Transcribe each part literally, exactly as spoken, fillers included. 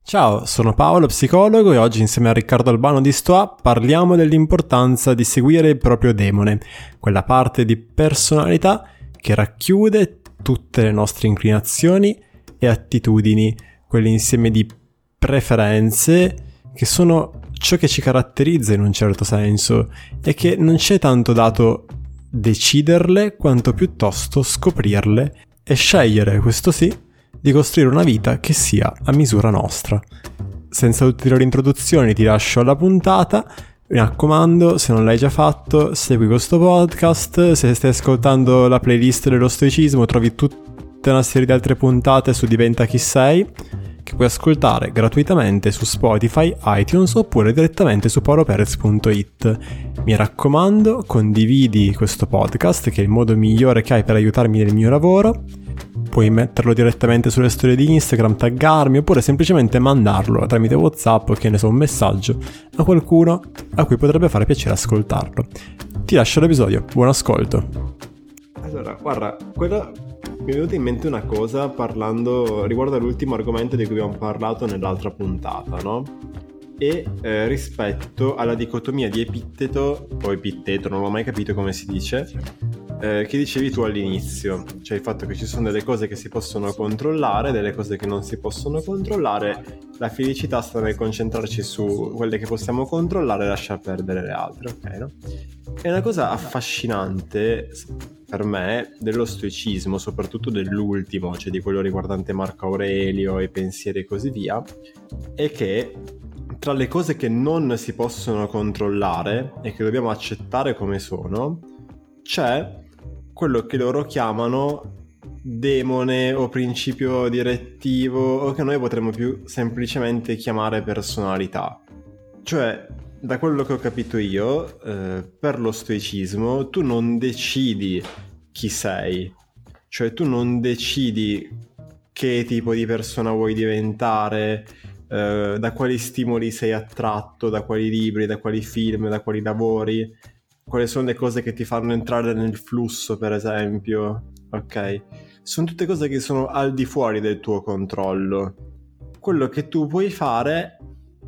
Ciao, sono Paolo, psicologo, e oggi insieme a Riccardo Albano di Stoa parliamo dell'importanza di seguire il proprio demone, quella parte di personalità che racchiude tutte le nostre inclinazioni e attitudini, quell'insieme di preferenze che sono ciò che ci caratterizza in un certo senso e che non c'è tanto dato deciderle quanto piuttosto scoprirle e scegliere, questo sì, di costruire una vita che sia a misura nostra. Senza ulteriori introduzioni ti lascio alla puntata. Mi raccomando, se non l'hai già fatto, segui questo podcast. Se stai ascoltando la playlist dello stoicismo, trovi tutta una serie di altre puntate su Diventa chi sei, che puoi ascoltare gratuitamente su Spotify, iTunes oppure direttamente su paoloperez punto it. Mi raccomando, condividi questo podcast, che è il modo migliore che hai per aiutarmi nel mio lavoro. Puoi metterlo direttamente sulle storie di Instagram, taggarmi oppure semplicemente mandarlo tramite WhatsApp o che ne so, un messaggio a qualcuno a cui potrebbe fare piacere ascoltarlo. Ti lascio l'episodio, buon ascolto. Allora, guarda, quello... mi è venuta in mente una cosa parlando riguardo all'ultimo argomento di cui abbiamo parlato nell'altra puntata, no? E eh, rispetto alla dicotomia di epitteto o epitteto, non l'ho mai capito come si dice, eh, che dicevi tu all'inizio, cioè il fatto che ci sono delle cose che si possono controllare, delle cose che non si possono controllare. La felicità sta nel concentrarci su quelle che possiamo controllare e lasciar perdere le altre, ok, no? È una cosa affascinante per me dello stoicismo, soprattutto dell'ultimo, cioè di quello riguardante Marco Aurelio, i pensieri e così via, è che tra le cose che non si possono controllare e che dobbiamo accettare come sono, c'è quello che loro chiamano demone o principio direttivo, o che noi potremmo più semplicemente chiamare personalità. Cioè, da quello che ho capito io, eh, per lo stoicismo tu non decidi chi sei, cioè tu non decidi che tipo di persona vuoi diventare, eh, da quali stimoli sei attratto, da quali libri, da quali film, da quali lavori, quali sono le cose che ti fanno entrare nel flusso, per esempio, ok? Sono tutte cose che sono al di fuori del tuo controllo. Quello che tu puoi fare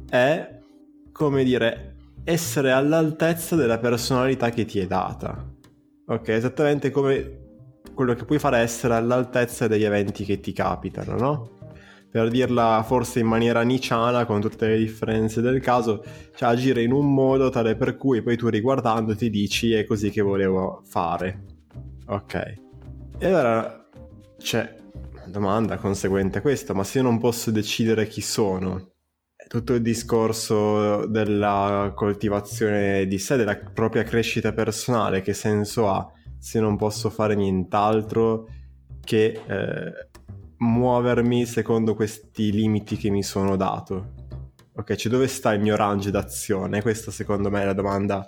è, come dire, essere all'altezza della personalità che ti è data, ok? Esattamente come quello che puoi fare è essere all'altezza degli eventi che ti capitano, no? Per dirla forse in maniera nicciana, con tutte le differenze del caso, cioè agire in un modo tale per cui poi tu riguardando ti dici è così che volevo fare, ok? E allora c'è una domanda conseguente a questo: ma se io non posso decidere chi sono, tutto il discorso della coltivazione di sé, della propria crescita personale, che senso ha se non posso fare nient'altro che eh, muovermi secondo questi limiti che mi sono dato? Ok, cioè dove sta il mio range d'azione? Questa secondo me è la domanda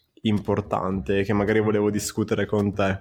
importante che magari volevo discutere con te.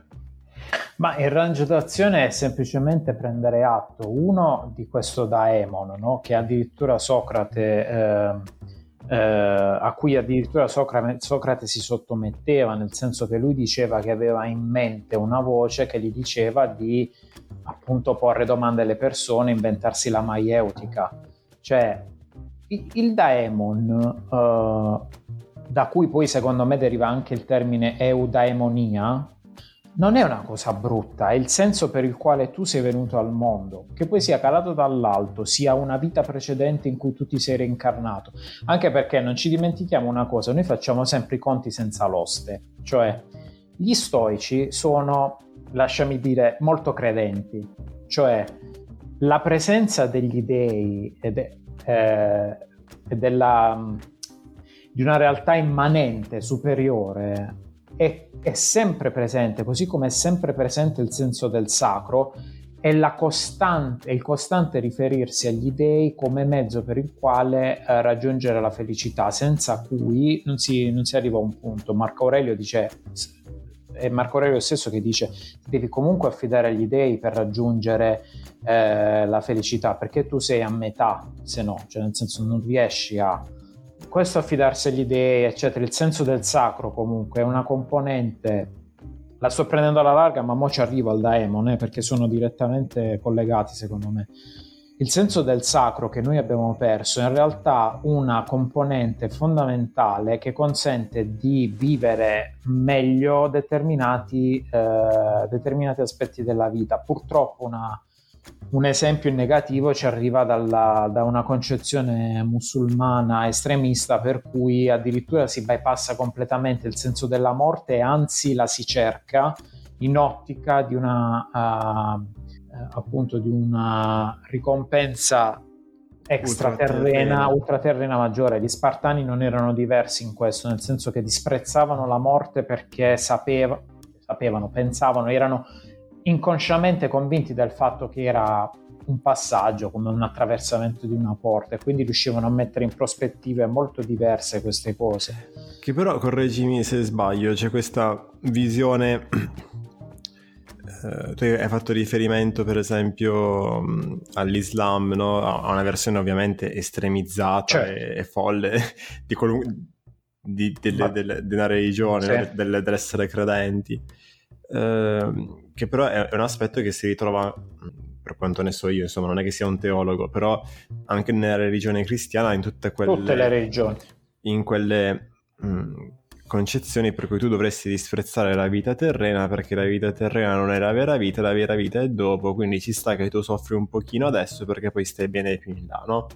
Ma il range d'azione è semplicemente prendere atto, uno, di questo daemon, no? Che addirittura Socrate, eh, eh, a cui addirittura Socrate, Socrate si sottometteva, nel senso che lui diceva che aveva in mente una voce che gli diceva di appunto porre domande alle persone, inventarsi la maieutica. Cioè il, il daemon, eh, da cui poi secondo me deriva anche il termine eudaimonia, non è una cosa brutta, è il senso per il quale tu sei venuto al mondo, che poi sia calato dall'alto, sia una vita precedente in cui tu ti sei reincarnato, anche perché non ci dimentichiamo una cosa, noi facciamo sempre i conti senza l'oste, cioè gli stoici sono, lasciami dire, molto credenti, cioè la presenza degli dei e de, eh, della, di una realtà immanente, superiore, È, è sempre presente, così come è sempre presente il senso del sacro e la costante, il costante riferirsi agli dei come mezzo per il quale eh, raggiungere la felicità, senza cui non si, non si arriva a un punto. Marco Aurelio dice, è Marco Aurelio stesso che dice, devi comunque affidare agli dei per raggiungere eh, la felicità, perché tu sei a metà, se no, cioè nel senso non riesci a... Questo affidarsi agli dei, eccetera, il senso del sacro comunque è una componente, la sto prendendo alla larga, ma mo ci arrivo al daemon, eh, perché sono direttamente collegati secondo me. il senso del sacro che noi abbiamo perso è in realtà una componente fondamentale che consente di vivere meglio determinati, eh, determinati aspetti della vita. Purtroppo una, un esempio negativo ci arriva dalla, da una concezione musulmana estremista per cui addirittura si bypassa completamente il senso della morte e anzi la si cerca in ottica di una... Uh, appunto di una ricompensa extraterrena, ultraterrena maggiore. Gli Spartani non erano diversi in questo, nel senso che disprezzavano la morte perché sapeva, sapevano, pensavano, erano inconsciamente convinti del fatto che era un passaggio, come un attraversamento di una porta, e quindi riuscivano a mettere in prospettive molto diverse queste cose. Che però, correggimi se sbaglio, c'è questa visione... Uh, tu hai fatto riferimento per esempio um, all'Islam, no? A una versione ovviamente estremizzata, certo, e, e folle di, qualun- di, delle, delle, di una religione, sì, no? Del, dell'essere credenti, uh, che però è, è un aspetto che si ritrova, per quanto ne so io, insomma non è che sia un teologo, però anche nella religione cristiana, in tutte quelle, tutte le religioni, in quelle mh, concezioni per cui tu dovresti disprezzare la vita terrena perché la vita terrena non è la vera vita, la vera vita è dopo, quindi ci sta che tu soffri un pochino adesso perché poi stai bene più in là, no?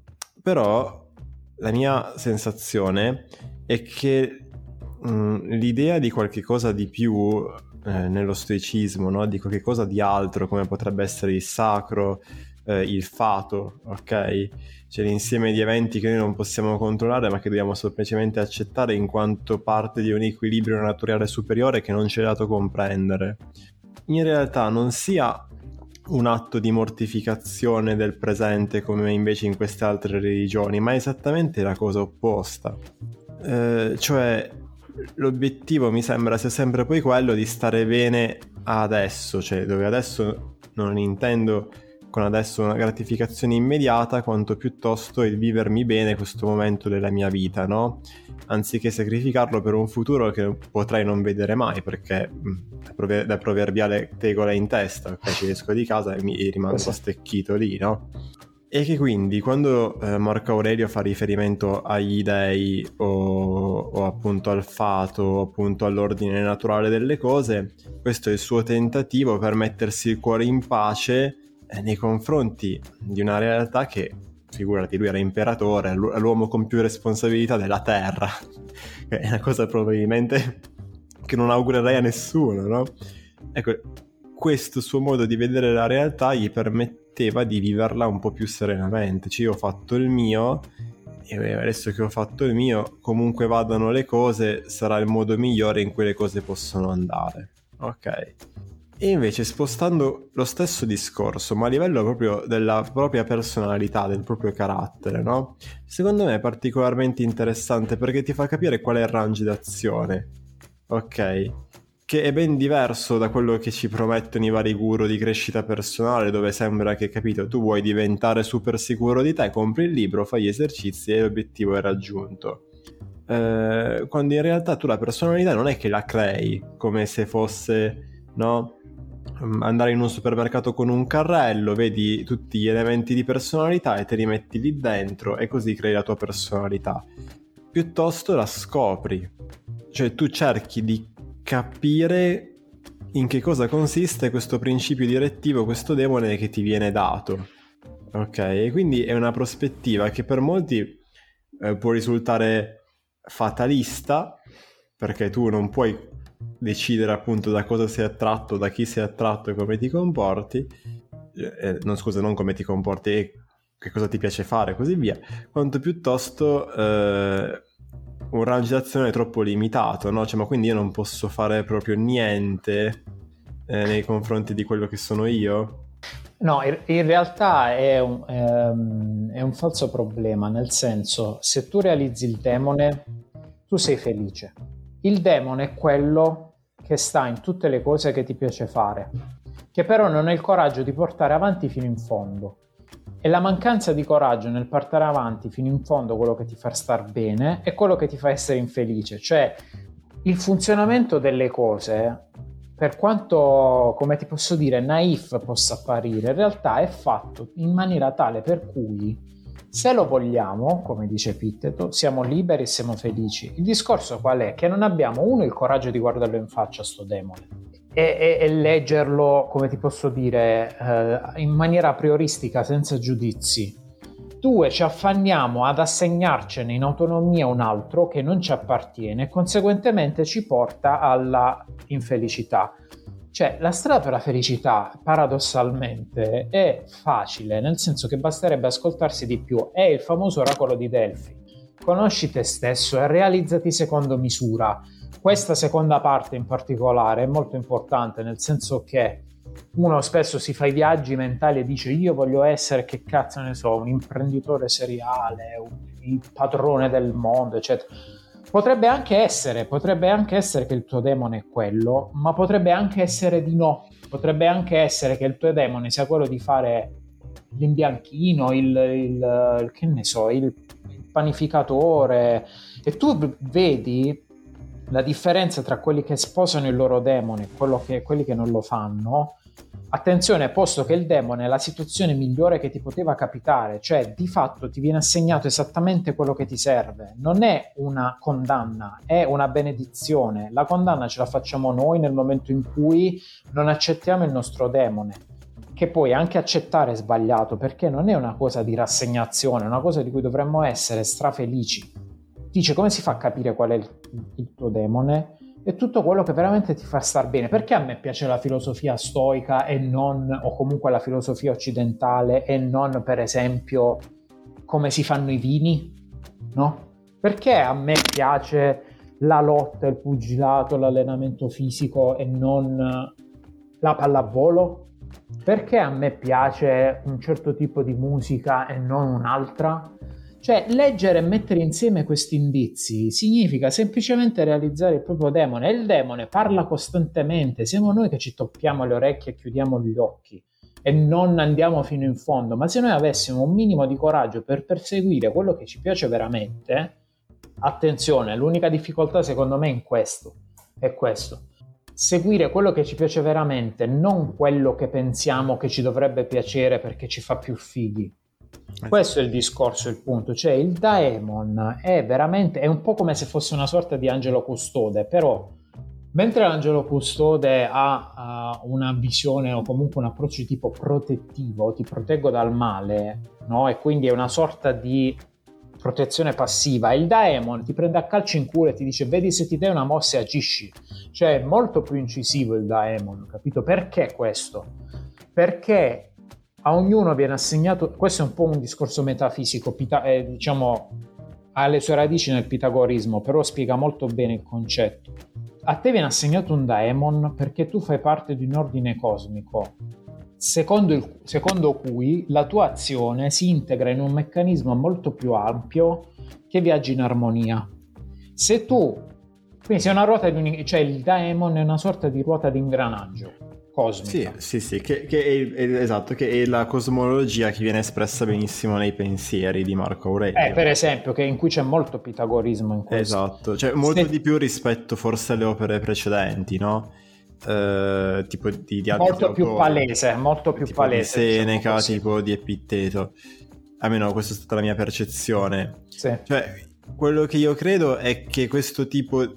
Però la mia sensazione è che mh, l'idea di qualche cosa di più eh, nello stoicismo, no? Di qualche cosa di altro, come potrebbe essere il sacro, eh, il fato, ok? Cioè l'insieme di eventi che noi non possiamo controllare ma che dobbiamo semplicemente accettare in quanto parte di un equilibrio naturale superiore che non ci è dato comprendere, in realtà non sia un atto di mortificazione del presente come invece in queste altre religioni, ma esattamente la cosa opposta. Eh, cioè l'obiettivo mi sembra sia sempre poi quello di stare bene adesso, cioè dove adesso non intendo con adesso una gratificazione immediata, quanto piuttosto il vivermi bene questo momento della mia vita, no? Anziché sacrificarlo per un futuro che potrei non vedere mai, perché mh, da proverbiale tegola in testa, ok, ci esco di casa e mi rimango stecchito lì, no? E che quindi quando eh, Marco Aurelio fa riferimento agli dei o, o appunto al fato o appunto all'ordine naturale delle cose, questo è il suo tentativo per mettersi il cuore in pace nei confronti di una realtà che, figurati, lui era imperatore, l'uomo con più responsabilità della terra, è una cosa probabilmente che non augurerei a nessuno, no? Ecco, questo suo modo di vedere la realtà gli permetteva di viverla un po' più serenamente. Cioè, io ho fatto il mio e adesso che ho fatto il mio, comunque vadano le cose, sarà il modo migliore in cui le cose possono andare, ok? E invece, spostando lo stesso discorso, ma a livello proprio della propria personalità, del proprio carattere, no? Secondo me è particolarmente interessante perché ti fa capire qual è il range d'azione, ok? Che è ben diverso da quello che ci promettono i vari guru di crescita personale, dove sembra che, capito, tu vuoi diventare super sicuro di te, compri il libro, fai gli esercizi e l'obiettivo è raggiunto. Eh, quando in realtà tu la personalità non è che la crei come se fosse, no? Andare in un supermercato con un carrello, vedi tutti gli elementi di personalità e te li metti lì dentro e così crei la tua personalità. Piuttosto la scopri, cioè tu cerchi di capire in che cosa consiste questo principio direttivo, questo demone che ti viene dato, ok? E quindi è una prospettiva che per molti eh, può risultare fatalista, perché tu non puoi decidere appunto da cosa sei attratto, da chi sei attratto e come ti comporti, eh, non scusa, non come ti comporti e che cosa ti piace fare e così via, quanto piuttosto eh, un range d'azione troppo limitato, no? Cioè, ma quindi io non posso fare proprio niente eh, nei confronti di quello che sono io? No, in realtà è un, ehm, è un falso problema, nel senso, se tu realizzi il demone, tu sei felice. Il demone è quello che sta in tutte le cose che ti piace fare, che però non ha il coraggio di portare avanti fino in fondo. E la mancanza di coraggio nel portare avanti fino in fondo quello che ti fa star bene è quello che ti fa essere infelice. Cioè, il funzionamento delle cose per quanto, come ti posso dire, naif possa apparire, in realtà è fatto in maniera tale per cui se lo vogliamo, come dice Epitteto, siamo liberi e siamo felici. Il discorso qual è? Che non abbiamo, uno, il coraggio di guardarlo in faccia sto demone e, e, e leggerlo, come ti posso dire, eh, in maniera prioristica, senza giudizi. Due, ci affanniamo ad assegnarcene in autonomia un altro che non ci appartiene e conseguentemente ci porta alla infelicità. Cioè, la strada per la felicità, paradossalmente, è facile, nel senso che basterebbe ascoltarsi di più. È il famoso oracolo di Delfi. Conosci te stesso e realizzati secondo misura. Questa seconda parte in particolare è molto importante, nel senso che uno spesso si fa i viaggi mentali e dice io voglio essere, che cazzo ne so, un imprenditore seriale, un, il padrone del mondo, eccetera. Potrebbe anche essere, potrebbe anche essere che il tuo demone è quello, ma potrebbe anche essere di no. Potrebbe anche essere che il tuo demone sia quello di fare l'imbianchino, il, il, il che ne so, il, il panificatore. E tu vedi la differenza tra quelli che sposano il loro demone e quelli che non lo fanno. Attenzione, posto che il demone è la situazione migliore che ti poteva capitare, cioè di fatto ti viene assegnato esattamente quello che ti serve, non è una condanna, è una benedizione. La condanna ce la facciamo noi nel momento in cui non accettiamo il nostro demone, che poi anche accettare è sbagliato, perché non è una cosa di rassegnazione, è una cosa di cui dovremmo essere strafelici. Dice, come si fa a capire qual è il, il tuo demone? È tutto quello che veramente ti fa star bene. Perché a me piace la filosofia stoica e non, o comunque la filosofia occidentale, e non, per esempio, come si fanno i vini? No? Perché a me piace la lotta, il pugilato, l'allenamento fisico e non la pallavolo? Perché a me piace un certo tipo di musica e non un'altra? Cioè, leggere e mettere insieme questi indizi significa semplicemente realizzare il proprio demone. E il demone parla costantemente, siamo noi che ci toppiamo le orecchie e chiudiamo gli occhi e non andiamo fino in fondo. Ma se noi avessimo un minimo di coraggio per perseguire quello che ci piace veramente, attenzione, l'unica difficoltà secondo me è in questo, è questo. Seguire quello che ci piace veramente, non quello che pensiamo che ci dovrebbe piacere perché ci fa più fighi. Questo è il discorso, il punto. Cioè il daemon è veramente, è un po' come se fosse una sorta di angelo custode, però mentre l'angelo custode ha uh, una visione o comunque un approccio di tipo protettivo, ti proteggo dal male, no? E quindi è una sorta di protezione passiva, il daemon ti prende a calci in culo e ti dice vedi se ti dai una mossa e agisci. Cioè è molto più incisivo il daemon, capito? Perché questo? Perché a ognuno viene assegnato, questo è un po' un discorso metafisico, pita, eh, diciamo ha le sue radici nel pitagorismo, però spiega molto bene il concetto. A te viene assegnato un daemon perché tu fai parte di un ordine cosmico, secondo, il, secondo cui la tua azione si integra in un meccanismo molto più ampio che viaggia in armonia. Se tu, quindi sei una ruota di, cioè il daemon è una sorta di ruota di ingranaggio cosmica. Sì, sì, sì, che, che è, è, esatto, che è la cosmologia che viene espressa benissimo nei pensieri di Marco Aurelio. Eh, per esempio, che in cui c'è molto pitagorismo in questo. Esatto, cioè molto Se... di più rispetto forse alle opere precedenti, no? Eh, tipo di, di altri molto più autori, palese, molto più tipo palese. di Seneca, Diciamo tipo di Epitteto. Almeno questa è stata la mia percezione. Sì. Cioè, quello che io credo è che questo tipo...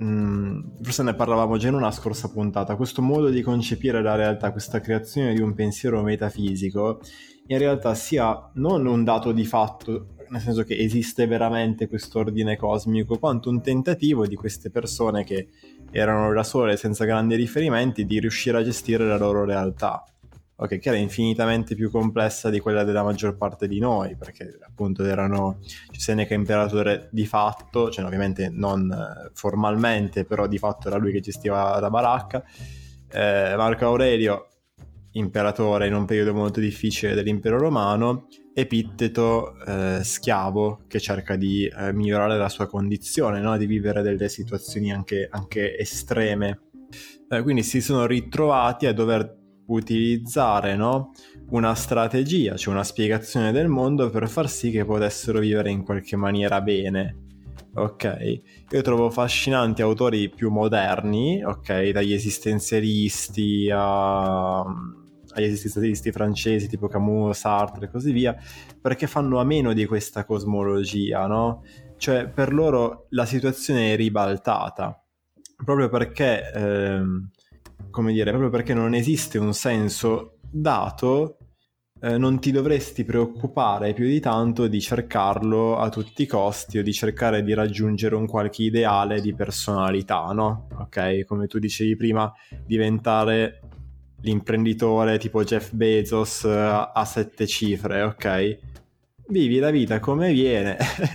forse ne parlavamo già in una scorsa puntata, questo modo di concepire la realtà, questa creazione di un pensiero metafisico in realtà sia non un dato di fatto, nel senso che esiste veramente questo ordine cosmico, quanto un tentativo di queste persone che erano da sole senza grandi riferimenti di riuscire a gestire la loro realtà, ok, che era infinitamente più complessa di quella della maggior parte di noi, perché appunto erano Seneca imperatore di fatto, cioè ovviamente non formalmente, però di fatto era lui che gestiva la baracca, eh, Marco Aurelio imperatore in un periodo molto difficile dell'impero romano, Epitteto eh, schiavo che cerca di eh, migliorare la sua condizione, no? Di vivere delle situazioni anche, anche estreme, eh, quindi si sono ritrovati a dover utilizzare, no? Una strategia, cioè una spiegazione del mondo per far sì che potessero vivere in qualche maniera bene. ok? Io trovo affascinanti autori più moderni, ok? Dagli esistenzialisti a... agli esistenzialisti francesi tipo Camus, Sartre e così via, perché fanno a meno di questa cosmologia, no? Cioè per loro la situazione è ribaltata, proprio perché, ehm, come dire, proprio perché non esiste un senso dato, eh, non ti dovresti preoccupare più di tanto di cercarlo a tutti i costi o di cercare di raggiungere un qualche ideale di personalità, no? Ok? Come tu dicevi prima, diventare l'imprenditore tipo Jeff Bezos a, a sette cifre, ok? Vivi la vita come viene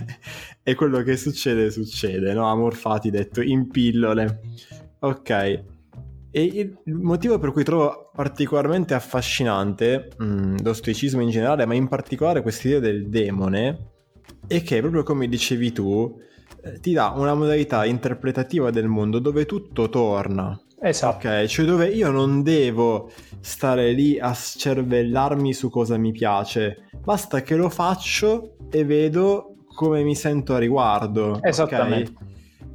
e quello che succede succede, no? Amor fati detto in pillole, ok? E il motivo per cui trovo particolarmente affascinante mh, lo stoicismo in generale, ma in particolare questa idea del demone, è che proprio come dicevi tu, eh, ti dà una modalità interpretativa del mondo dove tutto torna. Esatto. Ok, cioè dove io non devo stare lì a scervellarmi su cosa mi piace, basta che lo faccio e vedo come mi sento a riguardo. Esattamente. Okay?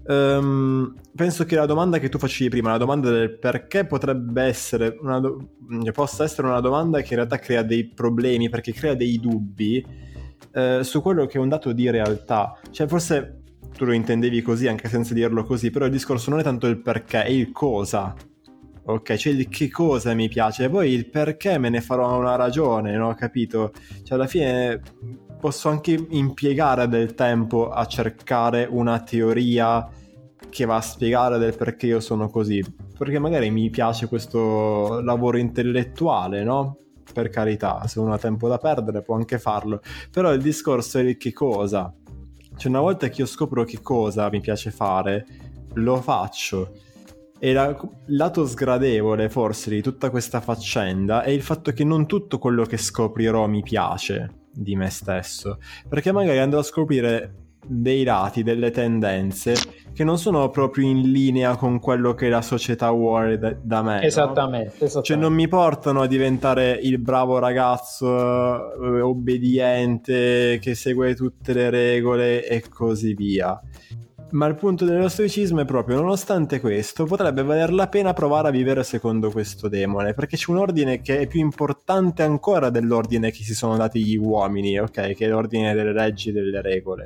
Um, penso che la domanda che tu facevi prima, la domanda del perché potrebbe essere una do- possa essere una domanda che in realtà crea dei problemi, perché crea dei dubbi eh, su quello che è un dato di realtà. Cioè forse tu lo intendevi così anche senza dirlo così, però il discorso non è tanto il perché, è il cosa. Ok, cioè il che cosa mi piace, poi il perché me ne farò una ragione, no? Capito? Cioè alla fine posso anche impiegare del tempo a cercare una teoria che va a spiegare del perché io sono così, perché magari mi piace questo lavoro intellettuale, no? Per carità, se uno ha tempo da perdere può anche farlo, però il discorso è il che cosa. Cioè una volta che io scopro che cosa mi piace fare, lo faccio. E la, il lato sgradevole forse di tutta questa faccenda è il fatto che non tutto quello che scoprirò mi piace di me stesso, perché magari andrò a scoprire dei lati, delle tendenze che non sono proprio in linea con quello che la società vuole da, da me. Esattamente, no? esattamente. Cioè non mi portano a diventare il bravo ragazzo eh, obbediente che segue tutte le regole e così via. Ma il punto dello stoicismo è proprio, nonostante questo, potrebbe valer la pena provare a vivere secondo questo demone, perché c'è un ordine che è più importante ancora dell'ordine che si sono dati gli uomini, ok? Che è l'ordine delle leggi e delle regole.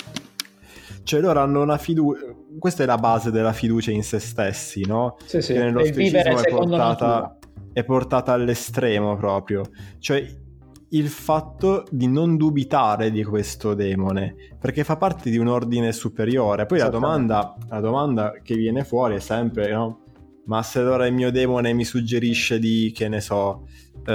Cioè loro hanno una fiducia, questa è la base della fiducia in se stessi, no? Sì, sì. Che nello E vivere stoicismo è secondo portata, natura. è portata all'estremo proprio. Cioè il fatto di non dubitare di questo demone, perché fa parte di un ordine superiore. Poi la domanda, la domanda che viene fuori è sempre, no? Ma se allora il mio demone mi suggerisce di, che ne so,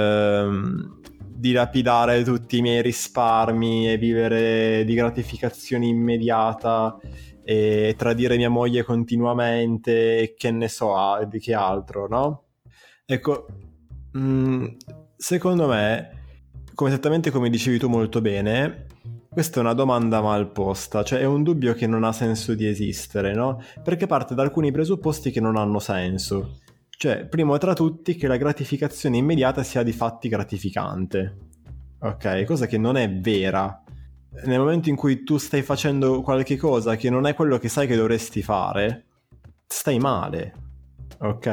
ehm, di lapidare tutti i miei risparmi e vivere di gratificazione immediata e tradire mia moglie continuamente e che ne so, di che altro, no? Ecco, mh, secondo me, come esattamente come dicevi tu molto bene, questa è una domanda mal posta, cioè è un dubbio che non ha senso di esistere, no? Perché parte da alcuni presupposti che non hanno senso. Cioè, primo tra tutti, che la gratificazione immediata sia di fatti gratificante. Ok? Cosa che non è vera. Nel momento in cui tu stai facendo qualche cosa che non è quello che sai che dovresti fare, stai male. Ok?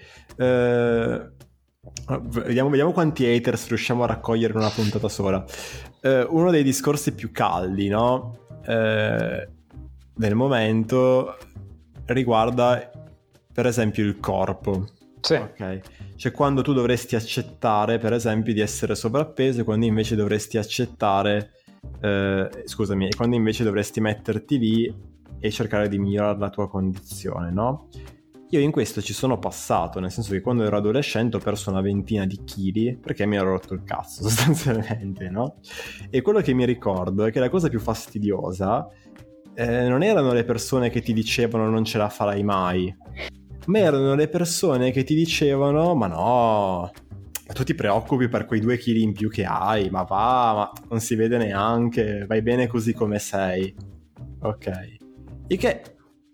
Eh... Vediamo, vediamo quanti haters riusciamo a raccogliere in una puntata sola. Eh, uno dei discorsi più caldi, no? Eh, del momento riguarda, per esempio, il corpo. Sì. Ok. Cioè quando tu dovresti accettare, per esempio, di essere sovrappeso, e quando invece dovresti accettare, eh, scusami, quando invece dovresti metterti lì e cercare di migliorare la tua condizione, no? Io in questo ci sono passato, nel senso che quando ero adolescente ho perso una ventina di chili perché mi ero rotto il cazzo sostanzialmente, no? E quello che mi ricordo è che la cosa più fastidiosa eh, non erano le persone che ti dicevano non ce la farai mai, ma erano le persone che ti dicevano ma no, tu ti preoccupi per quei due chili in più che hai, ma va, ma non si vede neanche, vai bene così come sei, ok? E che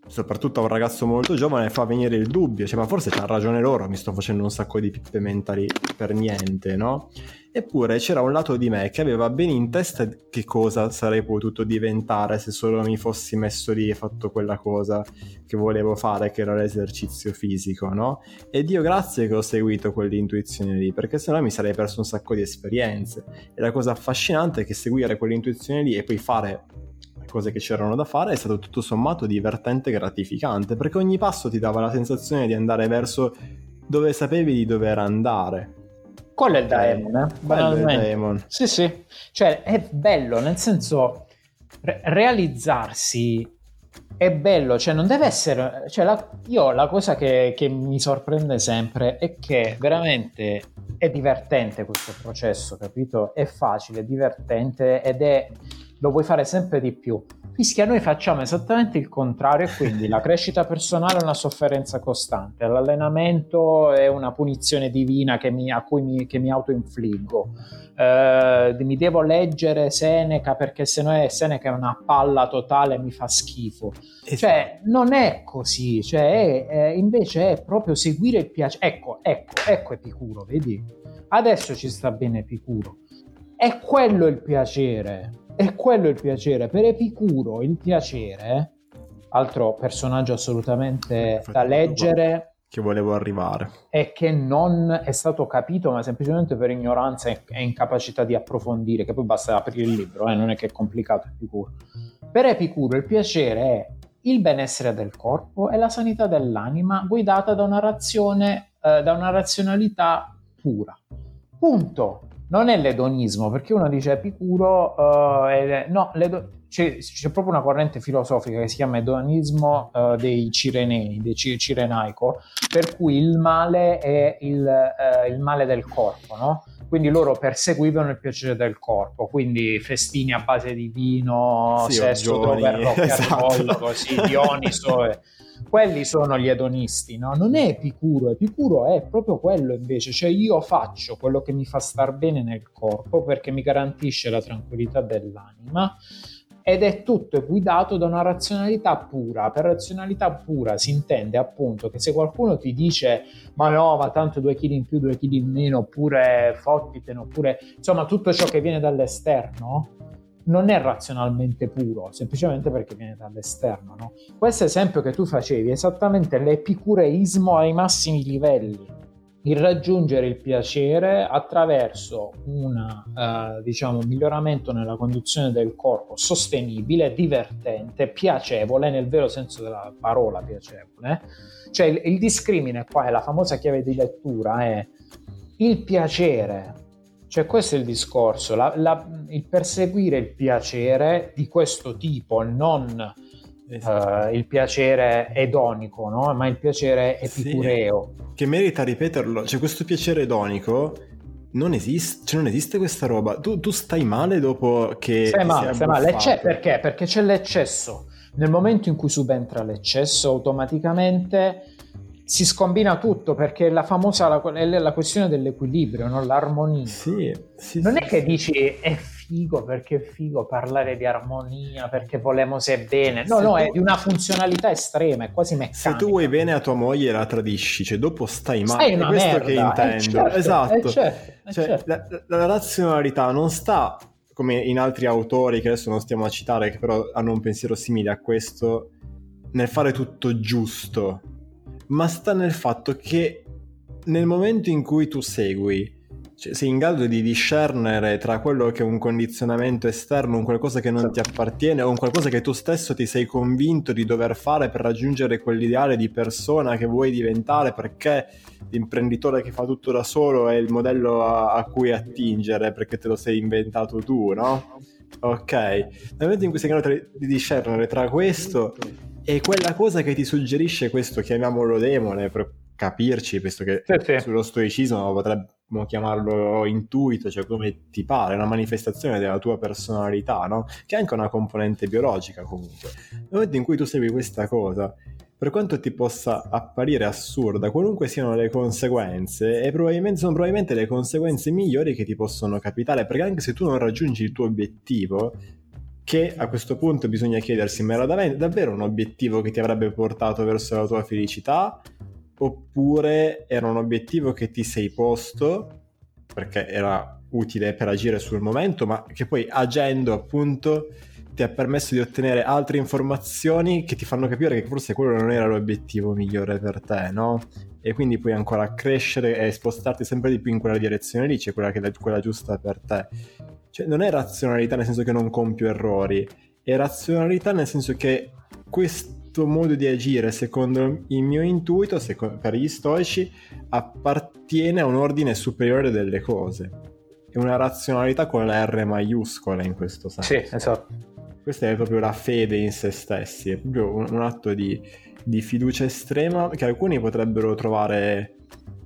soprattutto a un ragazzo molto giovane, fa venire il dubbio, cioè ma forse c'ha ragione loro, mi sto facendo un sacco di pippe mentali per niente, no? Eppure c'era un lato di me che aveva ben in testa che cosa sarei potuto diventare se solo mi fossi messo lì e fatto quella cosa che volevo fare, che era l'esercizio fisico, no? E Dio grazie che ho seguito quell'intuizione lì, perché sennò mi sarei perso un sacco di esperienze. E la cosa affascinante è che seguire quell'intuizione lì e poi fare cose che c'erano da fare è stato tutto sommato divertente e gratificante, perché ogni passo ti dava la sensazione di andare verso dove sapevi di dover andare. Quello è il daemon, eh? Bello il daemon. Sì, sì, cioè è bello, nel senso re- realizzarsi è bello, cioè non deve essere, cioè la, io la cosa che, che mi sorprende sempre è che veramente è divertente questo processo, capito? È facile, è divertente ed è, lo puoi fare sempre di più. Fischia, noi facciamo esattamente il contrario, e quindi la crescita personale è una sofferenza costante, l'allenamento è una punizione divina che mi, a cui mi, che mi autoinfliggo. Uh, mi devo leggere Seneca perché se no è Seneca è una palla totale, mi fa schifo. Esatto. Cioè non è così, cioè è, è, invece è proprio seguire il piacere. Ecco, ecco, ecco Epicuro, vedi? Adesso ci sta bene Epicuro. È quello il piacere. È quello il piacere. Per Epicuro il piacere, altro personaggio assolutamente da leggere, che volevo arrivare, è che non è stato capito, ma semplicemente per ignoranza e incapacità di approfondire, che poi basta aprire il libro, eh, non è che è complicato Epicuro. Per Epicuro il piacere è il benessere del corpo e la sanità dell'anima, guidata da una razione, eh, da una razionalità pura. Punto. Non è l'edonismo, perché uno dice Epicuro, uh, è, no, c'è, c'è proprio una corrente filosofica che si chiama edonismo uh, dei Cirenei, dei C- Cirenaico, per cui il male è il, uh, il male del corpo, no? Quindi loro perseguivano il piacere del corpo, quindi festini a base di vino, sì, sesso, droga, rock and roll, così, Dioniso e... quelli sono gli edonisti, no? Non è Epicuro, Epicuro è proprio quello invece, cioè io faccio quello che mi fa star bene nel corpo perché mi garantisce la tranquillità dell'anima ed è tutto guidato da una razionalità pura. Per razionalità pura si intende appunto che se qualcuno ti dice ma no, ma tanto due chili in più, due chili in meno, oppure fottitene, oppure insomma tutto ciò che viene dall'esterno, non è razionalmente puro, semplicemente perché viene dall'esterno, no? Questo esempio che tu facevi è esattamente l'epicureismo ai massimi livelli, il raggiungere il piacere attraverso un uh, diciamo miglioramento nella condizione del corpo sostenibile, divertente, piacevole nel vero senso della parola piacevole. Cioè il, il discrimine qua è la famosa chiave di lettura, è il piacere. Cioè questo è il discorso, la, la, il perseguire il piacere di questo tipo, non uh, il piacere edonico, no? Ma il piacere epicureo. Sì, che merita ripeterlo, cioè questo piacere edonico non esiste, cioè non esiste questa roba, tu, tu stai male dopo che stai male, stai male. C'è, perché? Perché c'è l'eccesso, nel momento in cui subentra l'eccesso automaticamente si scombina tutto, perché la famosa la, è la questione dell'equilibrio, no? L'armonia. Sì, sì, non sì, è che sì. dici è figo perché è figo parlare di armonia, perché volemo se bene. No, se no, tu... è di una funzionalità estrema, è quasi meccanica. Se tu vuoi bene a tua moglie la tradisci, cioè dopo stai male. Stai una è questo merda, che intendo. Certo, esatto. Certo, cioè, certo. La, la razionalità non sta, come in altri autori che adesso non stiamo a citare, che però hanno un pensiero simile a questo, nel fare tutto giusto, ma sta nel fatto che nel momento in cui tu segui, cioè, sei in grado di discernere tra quello che è un condizionamento esterno, un qualcosa che non ti appartiene, o un qualcosa che tu stesso ti sei convinto di dover fare per raggiungere quell'ideale di persona che vuoi diventare, perché l'imprenditore che fa tutto da solo è il modello a, a cui attingere, perché te lo sei inventato tu, no? Ok, nel momento in cui sei in grado di discernere tra questo e quella cosa che ti suggerisce questo, chiamiamolo demone per capirci, visto che sì, sì. sullo stoicismo potremmo chiamarlo intuito, cioè come ti pare, una manifestazione della tua personalità, no? Che è anche una componente biologica comunque. Nel momento in cui tu segui questa cosa, per quanto ti possa apparire assurda, qualunque siano le conseguenze, e probabilmente sono probabilmente le conseguenze migliori che ti possono capitare, perché anche se tu non raggiungi il tuo obiettivo, che a questo punto bisogna chiedersi, ma era dav- davvero un obiettivo che ti avrebbe portato verso la tua felicità, oppure era un obiettivo che ti sei posto perché era utile per agire sul momento, ma che poi agendo appunto ti ha permesso di ottenere altre informazioni che ti fanno capire che forse quello non era l'obiettivo migliore per te, no? E quindi puoi ancora crescere e spostarti sempre di più in quella direzione lì, cioè quella che è quella giusta per te. Cioè non è razionalità nel senso che non compio errori, è razionalità nel senso che questo modo di agire, secondo il mio intuito, secondo, per gli stoici, appartiene a un ordine superiore delle cose. È una razionalità con la R maiuscola in questo senso. Sì, esatto. Questa è proprio la fede in se stessi, è proprio un, un atto di, di fiducia estrema che alcuni potrebbero trovare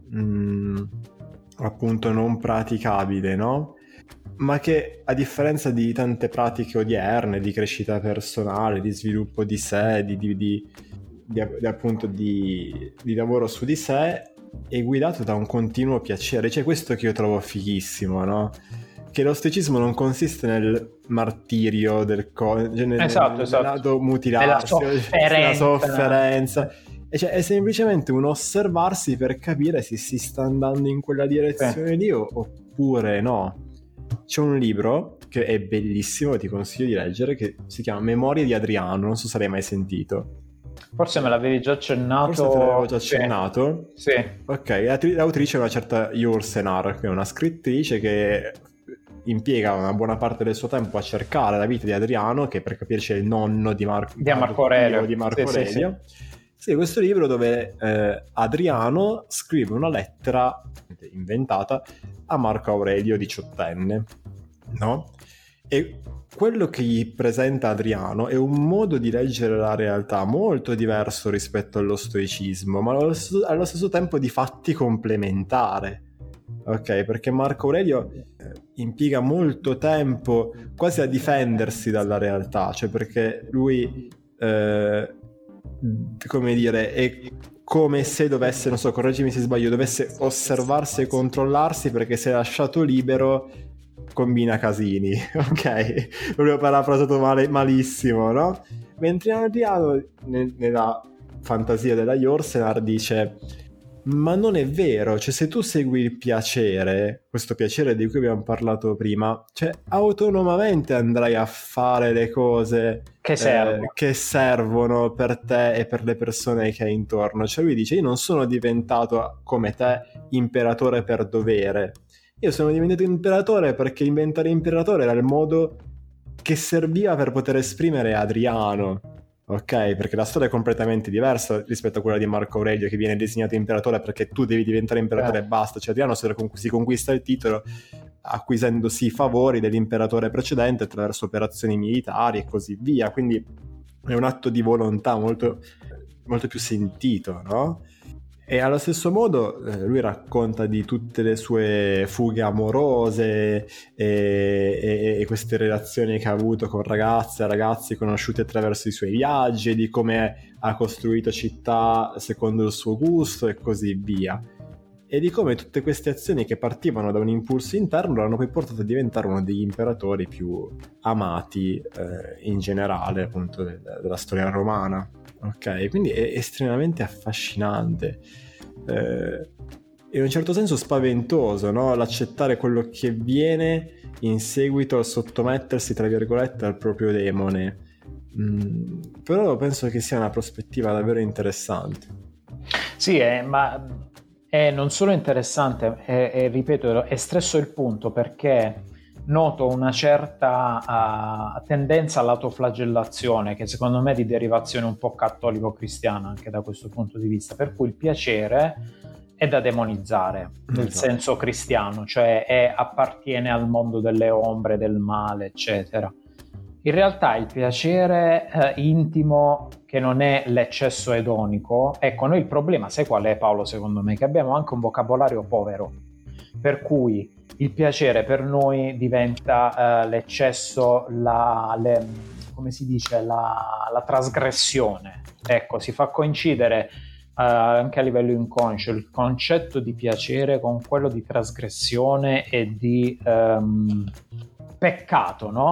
mh, appunto non praticabile, no? Ma che a differenza di tante pratiche odierne, di crescita personale, di sviluppo di sé, di, di, di, di, di appunto di, di lavoro su di sé, è guidato da un continuo piacere. Cioè questo che io trovo fighissimo, no? Che lo stoicismo non consiste nel martirio del corpo, cioè nel, esatto, esatto. mutilarsi, nella sofferenza, nella sofferenza. E cioè è semplicemente un osservarsi per capire se si sta andando in quella direzione lì o, oppure no. C'è un libro che è bellissimo, ti consiglio di leggere, che si chiama Memorie di Adriano, non so se l'hai mai sentito. Forse me l'avevi già accennato. Forse te l'avevo già accennato. Sì. Ok, l'autrice è una certa Jursenar, che è una scrittrice che impiega una buona parte del suo tempo a cercare la vita di Adriano, che per capirci è il nonno di, Mar- di Marco Aurelio. Di Marco sì, Aurelio. Sì, sì. Sì, questo libro dove eh, Adriano scrive una lettera inventata a Marco Aurelio diciottenne, no? E quello che gli presenta Adriano è un modo di leggere la realtà molto diverso rispetto allo stoicismo, ma allo stesso, allo stesso tempo di fatti complementare. Ok, perché Marco Aurelio eh, impiega molto tempo quasi a difendersi dalla realtà, cioè perché lui, eh, come dire, è come se dovesse, non so, correggimi se sbaglio, dovesse osservarsi e controllarsi, perché se lasciato libero combina casini, ok? Proprio parafrasato male, malissimo, no? Mentre Adriano, ne, nella fantasia della Jorsenar, dice: ma non è vero, cioè se tu segui il piacere, questo piacere di cui abbiamo parlato prima, cioè autonomamente andrai a fare le cose che, eh, che servono per te e per le persone che hai intorno. Cioè lui dice: io non sono diventato come te imperatore per dovere, io sono diventato imperatore perché diventare imperatore era il modo che serviva per poter esprimere Adriano. Ok, perché la storia è completamente diversa rispetto a quella di Marco Aurelio, che viene designato imperatore perché tu devi diventare imperatore e eh. basta. Cioè Adriano si conquista il titolo acquisendosi i favori dell'imperatore precedente attraverso operazioni militari e così via. Quindi è un atto di volontà molto, molto più sentito, no? E allo stesso modo eh, lui racconta di tutte le sue fughe amorose e, e, e queste relazioni che ha avuto con ragazze e ragazzi conosciuti attraverso i suoi viaggi, di come ha costruito città secondo il suo gusto e così via. E di come tutte queste azioni che partivano da un impulso interno l'hanno poi portato a diventare uno degli imperatori più amati eh, in generale, appunto, de- della storia romana. Ok, quindi è estremamente affascinante eh, e in un certo senso spaventoso, no? L'accettare quello che viene in seguito al sottomettersi, tra virgolette, al proprio demone. Mm, però penso che sia una prospettiva davvero interessante. Sì, è, ma è non solo interessante, è, è, ripeto, è stresso il punto, perché noto una certa uh, tendenza all'autoflagellazione, che secondo me è di derivazione un po' cattolico-cristiana anche da questo punto di vista, per cui il piacere è da demonizzare nel esatto. senso cristiano, cioè è, appartiene al mondo delle ombre, del male, eccetera. In realtà il piacere eh, intimo, che non è l'eccesso edonico, ecco, noi il problema, sai qual è, Paolo, secondo me? Che abbiamo anche un vocabolario povero, per cui il piacere per noi diventa uh, l'eccesso, la, le, come si dice, la, la trasgressione. Ecco, si fa coincidere uh, anche a livello inconscio il concetto di piacere con quello di trasgressione e di um, peccato, no?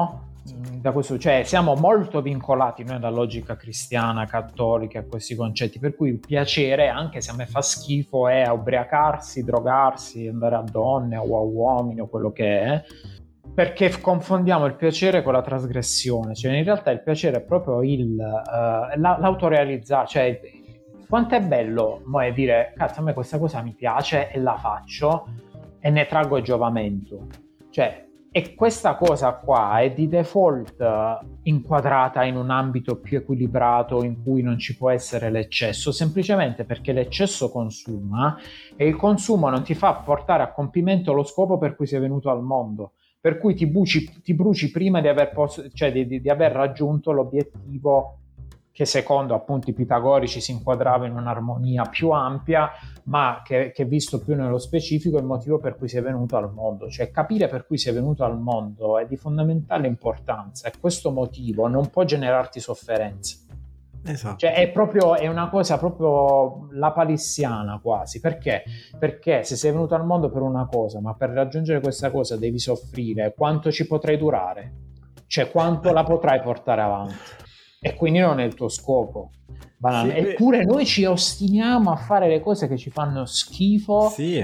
da questo, cioè siamo molto vincolati noi alla logica cristiana, cattolica, a questi concetti, per cui il piacere, anche se a me fa schifo, è ubriacarsi, drogarsi, andare a donne o a uomini o quello che è, perché confondiamo il piacere con la trasgressione. Cioè in realtà il piacere è proprio il uh, l'autorealizzare, cioè quanto è bello mo è dire cazzo, a me questa cosa mi piace e la faccio e ne traggo giovamento, cioè. E questa cosa qua è di default inquadrata in un ambito più equilibrato in cui non ci può essere l'eccesso, semplicemente perché l'eccesso consuma e il consumo non ti fa portare a compimento lo scopo per cui sei venuto al mondo, per cui ti bruci, ti bruci prima di aver, pos- cioè di, di, di aver raggiunto l'obiettivo che secondo appunto i pitagorici si inquadrava in un'armonia più ampia, ma che, che visto più nello specifico è il motivo per cui sei venuto al mondo. Cioè capire per cui sei venuto al mondo è di fondamentale importanza e questo motivo non può generarti sofferenze. Esatto. Cioè è proprio, è una cosa proprio lapalissiana quasi. Perché? Perché se sei venuto al mondo per una cosa, ma per raggiungere questa cosa devi soffrire, quanto ci potrai durare? Cioè quanto la potrai portare avanti? E quindi non è il tuo scopo. Sì, eppure noi ci ostiniamo a fare le cose che ci fanno schifo, sì,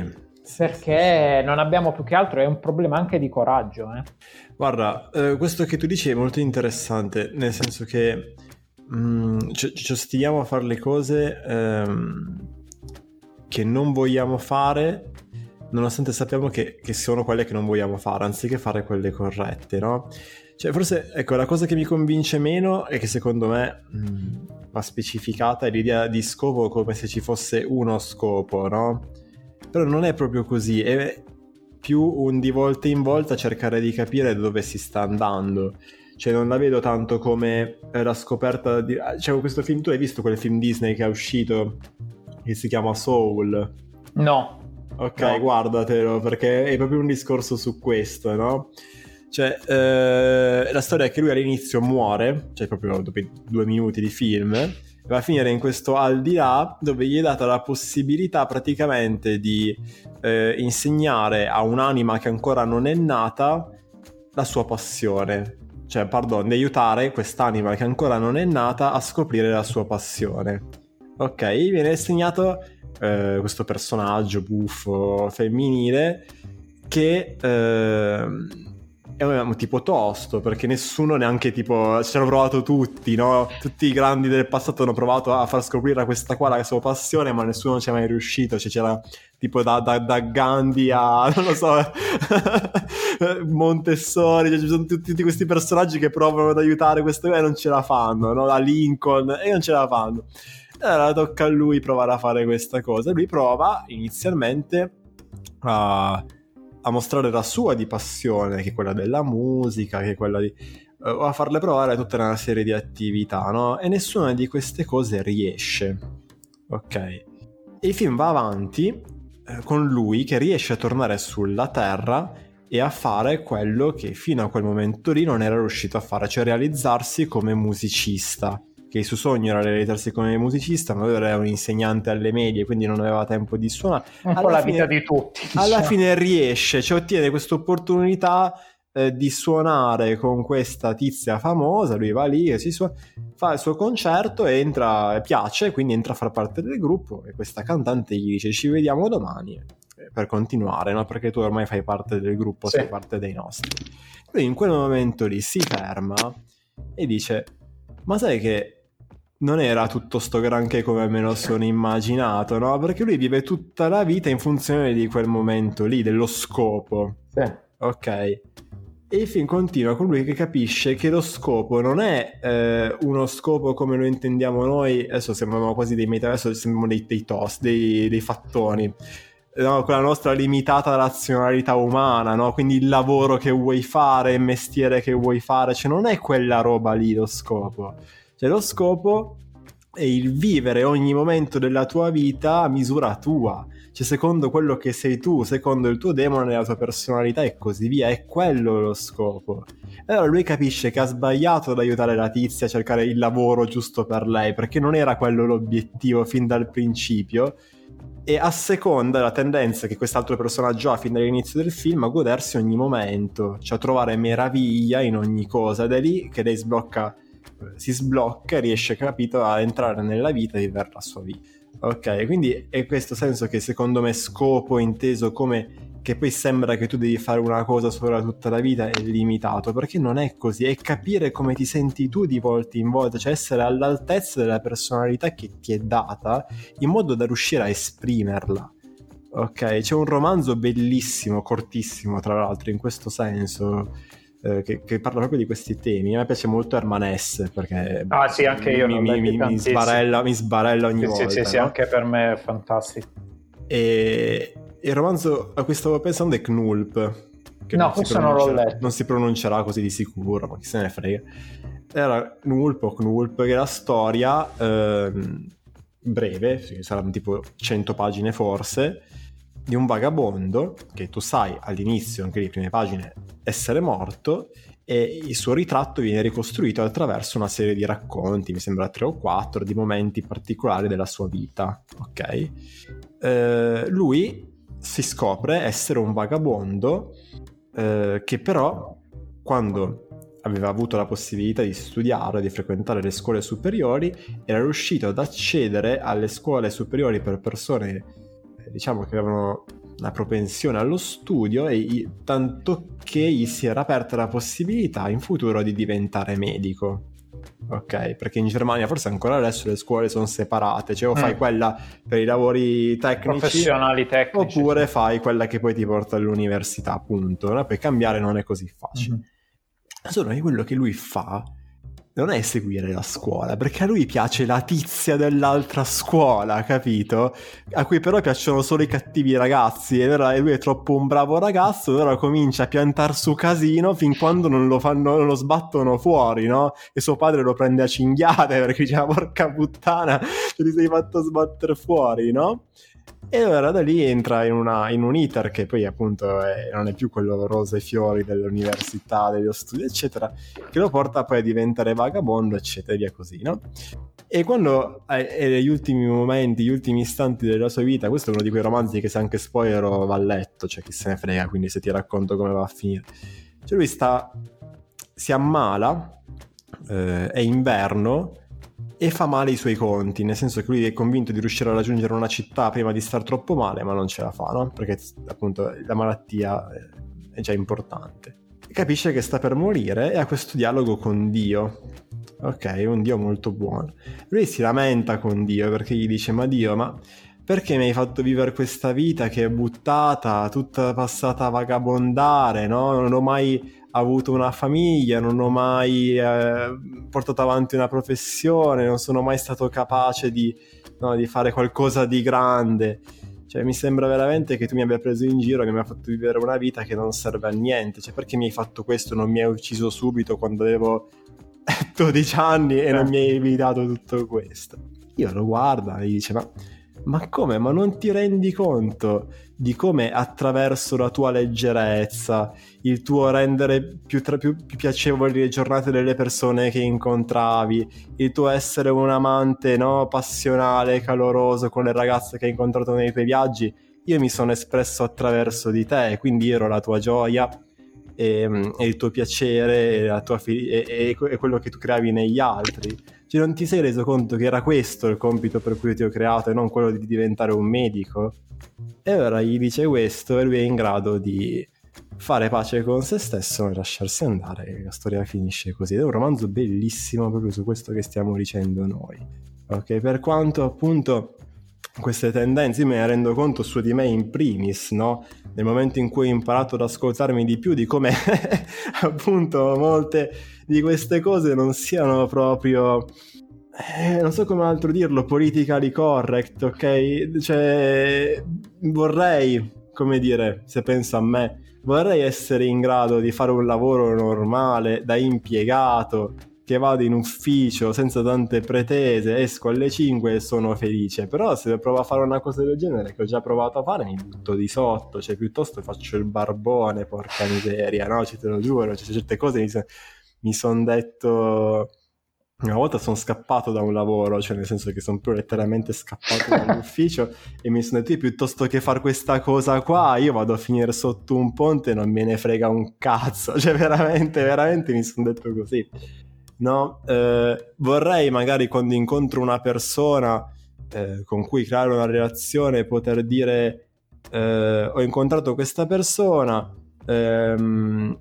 perché sì, non abbiamo, più che altro è un problema anche di coraggio, eh. Guarda, eh, questo che tu dici è molto interessante, nel senso che mh, ci, ci ostiniamo a fare le cose ehm, che non vogliamo fare, nonostante sappiamo che, che sono quelle che non vogliamo fare, anziché fare quelle corrette, no? Cioè forse, ecco, la cosa che mi convince meno e che secondo me mh, va specificata è l'idea di scopo come se ci fosse uno scopo, no? Però non è proprio così, è più un di volta in volta cercare di capire dove si sta andando. Cioè non la vedo tanto come la scoperta di... Cioè questo film, tu hai visto quel film Disney che è uscito che si chiama Soul? No. Ok, no. Guardatelo, perché è proprio un discorso su questo, no? Cioè, eh, la storia è che lui all'inizio muore, cioè proprio dopo due minuti di film, e va a finire in questo al di là dove gli è data la possibilità praticamente di eh, insegnare a un'anima che ancora non è nata la sua passione. Cioè, pardon, di aiutare quest'anima che ancora non è nata a scoprire la sua passione. Ok, viene insegnato eh, questo personaggio buffo femminile che... Eh, è un tipo tosto, perché nessuno neanche tipo ci hanno provato tutti, no? Tutti i grandi del passato hanno provato a far scoprire a questa qua la sua passione, ma nessuno ci è mai riuscito. Cioè c'era tipo da, da, da Gandhi a non lo so Montessori, cioè ci sono tutti, tutti questi personaggi che provano ad aiutare questo e non ce la fanno, no? Da Lincoln e non ce la fanno. E allora tocca a lui provare a fare questa cosa. Lui prova inizialmente a a mostrare la sua di passione, che è quella della musica, che è quella di uh, a farle provare tutta una serie di attività, no? E nessuna di queste cose riesce. Ok. E il film va avanti eh, con lui che riesce a tornare sulla Terra e a fare quello che fino a quel momento lì non era riuscito a fare, cioè realizzarsi come musicista. Che il suo sogno era realizzarsi come musicista, ma lui era un insegnante alle medie, quindi non aveva tempo di suonare. Un po' la vita di tutti. Alla fine riesce, cioè ottiene questa opportunità eh, di suonare con questa tizia famosa, lui va lì e si suona, fa il suo concerto e entra, piace, quindi entra a far parte del gruppo e questa cantante gli dice ci vediamo domani per continuare, no? Perché tu ormai fai parte del gruppo, sì. Sei parte dei nostri. Lui in quel momento lì si ferma e dice ma sai che non era tutto sto granché come me lo sono immaginato, no? Perché lui vive tutta la vita in funzione di quel momento lì, dello scopo. Sì. Ok. E il film continua con lui che capisce che lo scopo non è eh, uno scopo come lo intendiamo noi, adesso sembriamo quasi dei meta, adesso sembriamo dei, dei toast, dei, dei fattoni, no? Con la nostra limitata razionalità umana, no? Quindi il lavoro che vuoi fare, il mestiere che vuoi fare, cioè non è quella roba lì lo scopo. Cioè lo scopo è il vivere ogni momento della tua vita a misura tua, cioè secondo quello che sei tu, secondo il tuo demone, la tua personalità e così via, è quello lo scopo. E allora lui capisce che ha sbagliato ad aiutare la tizia a cercare il lavoro giusto per lei, perché non era quello l'obiettivo fin dal principio, e a seconda della tendenza che quest'altro personaggio ha fin dall'inizio del film a godersi ogni momento, cioè a trovare meraviglia in ogni cosa, ed è lì che lei sblocca, si sblocca e riesce, capito, a entrare nella vita e vivere la sua vita. Ok, quindi è questo senso che secondo me scopo inteso come che poi sembra che tu devi fare una cosa sopra tutta la vita è limitato, perché non è così, è capire come ti senti tu di volta in volta, cioè essere all'altezza della personalità che ti è data in modo da riuscire a esprimerla. Ok, c'è un romanzo bellissimo, cortissimo tra l'altro in questo senso, eh, che, che parla proprio di questi temi. A me piace molto Herman Hesse perché ah sì, anche io mi, mi, mi, mi, sbarella, mi sbarella ogni sì, volta. Sì, sì, no? sì, anche per me è fantastico. E il romanzo a cui stavo pensando è Knulp, che no, non questo non l'ho letto. Non si pronuncerà così di sicuro, ma chi se ne frega. Era Knulp o Knulp, che è la storia ehm, breve, saranno tipo cento pagine forse, di un vagabondo che tu sai all'inizio, anche le prime pagine, essere morto, e il suo ritratto viene ricostruito attraverso una serie di racconti, mi sembra tre o quattro, di momenti particolari della sua vita. Ok? Eh, lui si scopre essere un vagabondo eh, che però quando aveva avuto la possibilità di studiare, di frequentare le scuole superiori, era riuscito ad accedere alle scuole superiori per persone eh, diciamo che avevano una propensione allo studio, e tanto che gli si era aperta la possibilità in futuro di diventare medico. Ok, perché in Germania forse ancora adesso le scuole sono separate, cioè o fai mm. quella per i lavori tecnici, professionali tecnici, oppure sì. fai quella che poi ti porta all'università, appunto, no? Poi cambiare non è così facile. Mm-hmm. Solo che quello che lui fa non è seguire la scuola, perché a lui piace la tizia dell'altra scuola, capito? A cui però piacciono solo i cattivi ragazzi, e allora lui è troppo un bravo ragazzo, allora comincia a piantar su casino fin quando non lo fanno, non lo sbattono fuori, no? E suo padre lo prende a cinghiate perché dice: porca puttana, ti sei fatto sbattere fuori, no? E allora da lì entra in, una, in un iter che poi appunto è, non è più quello rose e fiori dell'università, dello studio eccetera, che lo porta poi a diventare vagabondo eccetera e via così, no? E quando è negli ultimi momenti, gli ultimi istanti della sua vita, questo è uno di quei romanzi che se anche spoiler va a letto, cioè chi se ne frega, quindi se ti racconto come va a finire, cioè lui sta si ammala, eh, è inverno e fa male i suoi conti, nel senso che lui è convinto di riuscire a raggiungere una città prima di star troppo male, ma non ce la fa, no? Perché appunto la malattia è già importante. E capisce che sta per morire e ha questo dialogo con Dio. Ok, un Dio molto buono. Lui si lamenta con Dio perché gli dice: ma Dio, ma perché mi hai fatto vivere questa vita che è buttata, tutta passata a vagabondare, no? Non ho mai avuto una famiglia, non ho mai eh, portato avanti una professione, non sono mai stato capace di, no, di fare qualcosa di grande. Cioè mi sembra veramente che tu mi abbia preso in giro, che mi abbia fatto vivere una vita che non serve a niente. Cioè perché mi hai fatto questo? Non mi hai ucciso subito quando avevo dodici anni e non mi hai evitato tutto questo. Io lo guardo e gli dice: ma ma come? Ma non ti rendi conto di come attraverso la tua leggerezza, il tuo rendere più, tra, più, più piacevoli le giornate delle persone che incontravi, il tuo essere un amante, no, passionale, caloroso con le ragazze che hai incontrato nei tuoi viaggi, io mi sono espresso attraverso di te, quindi ero la tua gioia e, e il tuo piacere e, la tua fi- e, e, e quello che tu creavi negli altri. Cioè non ti sei reso conto che era questo il compito per cui ti ho creato e non quello di diventare un medico? E ora gli dice questo e lui è in grado di fare pace con se stesso e lasciarsi andare, e la storia finisce così. Ed è un romanzo bellissimo proprio su questo che stiamo dicendo noi. Ok, per quanto appunto queste tendenze, io me ne rendo conto su di me in primis, no? Nel momento in cui ho imparato ad ascoltarmi di più, di come appunto molte di queste cose non siano proprio eh, non so come altro dirlo, politically correct, ok? Cioè vorrei, come dire, se penso a me, vorrei essere in grado di fare un lavoro normale da impiegato, che vado in ufficio senza tante pretese, esco alle cinque e sono felice. Però se provo a fare una cosa del genere che ho già provato a fare, mi butto di sotto, cioè piuttosto faccio il barbone, porca miseria, no? Ci te lo giuro, cioè, certe cose mi, so, mi son detto Una volta sono scappato da un lavoro, cioè nel senso che sono proprio letteralmente scappato dall'ufficio e mi sono detto, piuttosto che fare questa cosa qua, io vado a finire sotto un ponte e non me ne frega un cazzo, cioè veramente, veramente mi sono detto così. No, eh, vorrei magari quando incontro una persona eh, con cui creare una relazione poter dire eh, ho incontrato questa persona, ehm,